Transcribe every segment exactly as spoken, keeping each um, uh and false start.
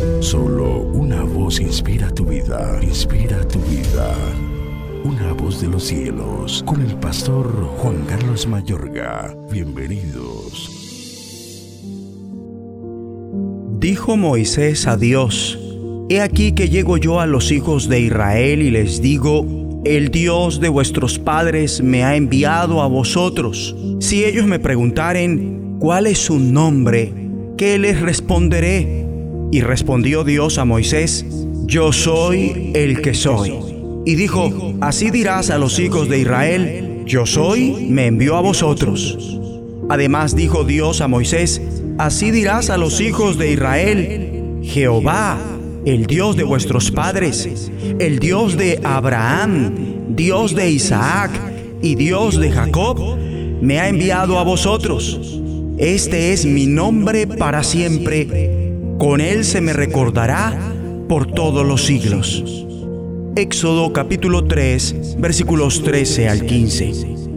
Solo una voz inspira tu vida, inspira tu vida. Una voz de los cielos, con el pastor Juan Carlos Mayorga. Bienvenidos. Dijo Moisés a Dios: He aquí que llego yo a los hijos de Israel y les digo: El Dios de vuestros padres me ha enviado a vosotros. Si ellos me preguntaren: ¿Cuál es su nombre?, ¿qué les responderé? Y respondió Dios a Moisés: Yo soy el que soy. Y dijo: Así dirás a los hijos de Israel: Yo soy, me envió a vosotros. Además dijo Dios a Moisés: Así dirás a los hijos de Israel: Jehová, el Dios de vuestros padres, el Dios de Abraham, Dios de Isaac y Dios de Jacob, me ha enviado a vosotros. Este es mi nombre para siempre. Con él se me recordará por todos los siglos. Éxodo capítulo tres, versículos trece al quince.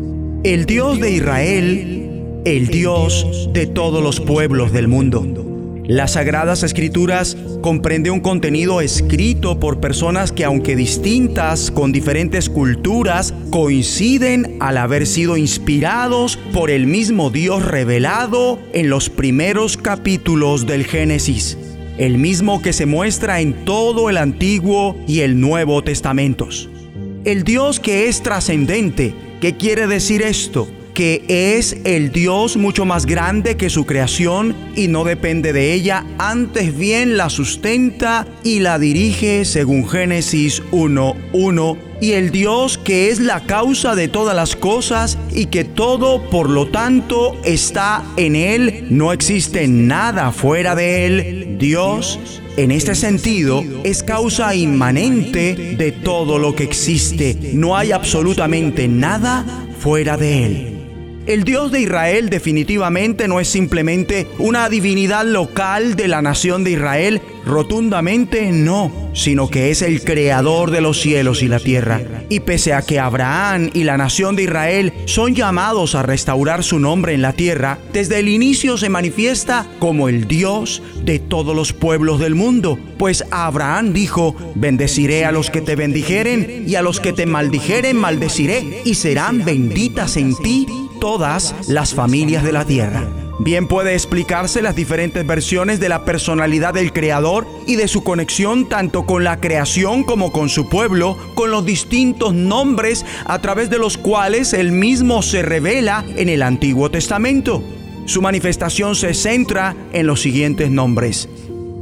El Dios de Israel, el Dios de todos los pueblos del mundo. Las Sagradas Escrituras comprende un contenido escrito por personas que, aunque distintas, con diferentes culturas, coinciden al haber sido inspirados por el mismo Dios revelado en los primeros capítulos del Génesis, el mismo que se muestra en todo el Antiguo y el Nuevo Testamentos. El Dios que es trascendente. ¿Qué quiere decir esto? Que es el Dios mucho más grande que su creación y no depende de ella, antes bien la sustenta y la dirige según Génesis uno uno. Y el Dios que es la causa de todas las cosas y que todo, por lo tanto, está en Él, no existe nada fuera de Él. Dios, en este sentido, es causa inmanente de todo lo que existe. No hay absolutamente nada fuera de Él. El Dios de Israel definitivamente no es simplemente una divinidad local de la nación de Israel, rotundamente no, sino que es el creador de los cielos y la tierra. Y pese a que Abraham y la nación de Israel son llamados a restaurar su nombre en la tierra, desde el inicio se manifiesta como el Dios de todos los pueblos del mundo. Pues Abraham dijo: bendeciré a los que te bendijeren y a los que te maldijeren maldeciré, y serán benditas en ti todas las familias de la tierra. Bien puede explicarse las diferentes versiones de la personalidad del Creador y de su conexión tanto con la creación como con su pueblo, con los distintos nombres a través de los cuales Él mismo se revela en el Antiguo Testamento. Su manifestación se centra en los siguientes nombres: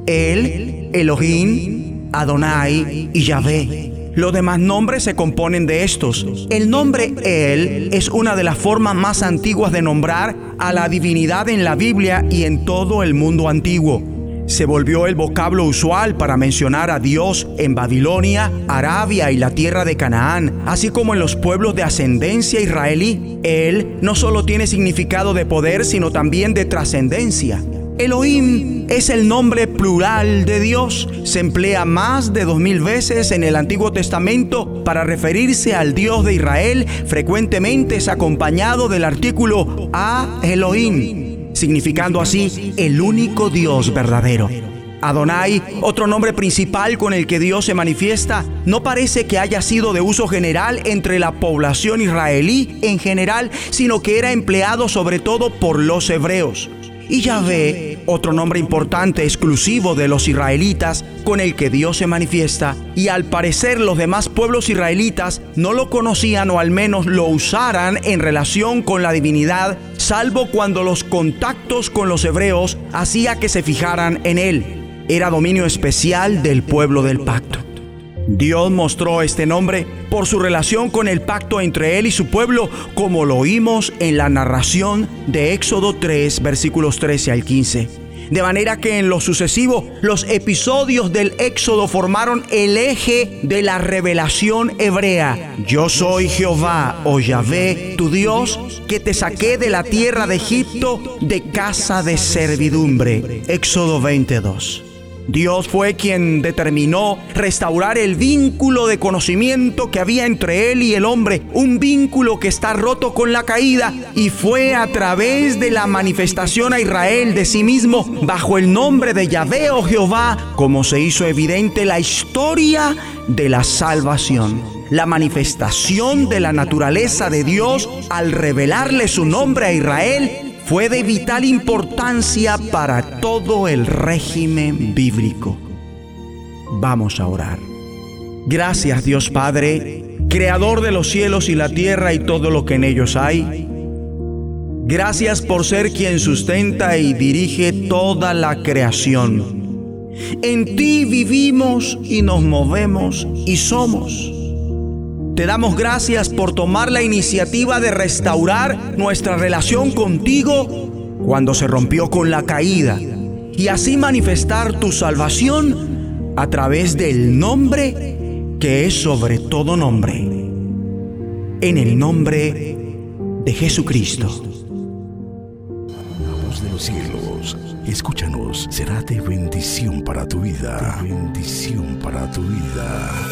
Él, Elohim, Adonai y Yahvé. Los demás nombres se componen de estos. El nombre Él es una de las formas más antiguas de nombrar a la divinidad en la Biblia y en todo el mundo antiguo. Se volvió el vocablo usual para mencionar a Dios en Babilonia, Arabia y la tierra de Canaán, así como en los pueblos de ascendencia israelí. Él no solo tiene significado de poder, sino también de trascendencia. Elohim es el nombre plural de Dios. Se emplea más de dos mil veces en el Antiguo Testamento para referirse al Dios de Israel. Frecuentemente es acompañado del artículo a Elohim, significando así el único Dios verdadero. Adonai, otro nombre principal con el que Dios se manifiesta, no parece que haya sido de uso general entre la población israelí en general, sino que era empleado sobre todo por los hebreos. Y Yahvé, otro nombre importante exclusivo de los israelitas con el que Dios se manifiesta, y al parecer los demás pueblos israelitas no lo conocían o al menos lo usaran en relación con la divinidad, salvo cuando los contactos con los hebreos hacía que se fijaran en él. Era dominio especial del pueblo del pacto. Dios mostró este nombre por su relación con el pacto entre Él y su pueblo, como lo oímos en la narración de Éxodo tres, versículos trece al quince. De manera que en lo sucesivo, los episodios del Éxodo formaron el eje de la revelación hebrea. Yo soy Jehová, o Yahvé, tu Dios, que te saqué de la tierra de Egipto, de casa de servidumbre. Éxodo veintidós. Dios fue quien determinó restaurar el vínculo de conocimiento que había entre Él y el hombre, un vínculo que está roto con la caída, y fue a través de la manifestación a Israel de sí mismo bajo el nombre de Yahvé o Jehová, como se hizo evidente la historia de la salvación. La manifestación de la naturaleza de Dios al revelarle su nombre a Israel fue de vital importancia para todo el régimen bíblico. Vamos a orar. Gracias, Dios Padre, creador de los cielos y la tierra y todo lo que en ellos hay. Gracias por ser quien sustenta y dirige toda la creación. En ti vivimos y nos movemos y somos. Te damos gracias por tomar la iniciativa de restaurar nuestra relación contigo cuando se rompió con la caída, y así manifestar tu salvación a través del nombre que es sobre todo nombre. En el nombre de Jesucristo. La voz de los cielos, escúchanos, será de bendición para tu vida. De bendición para tu vida.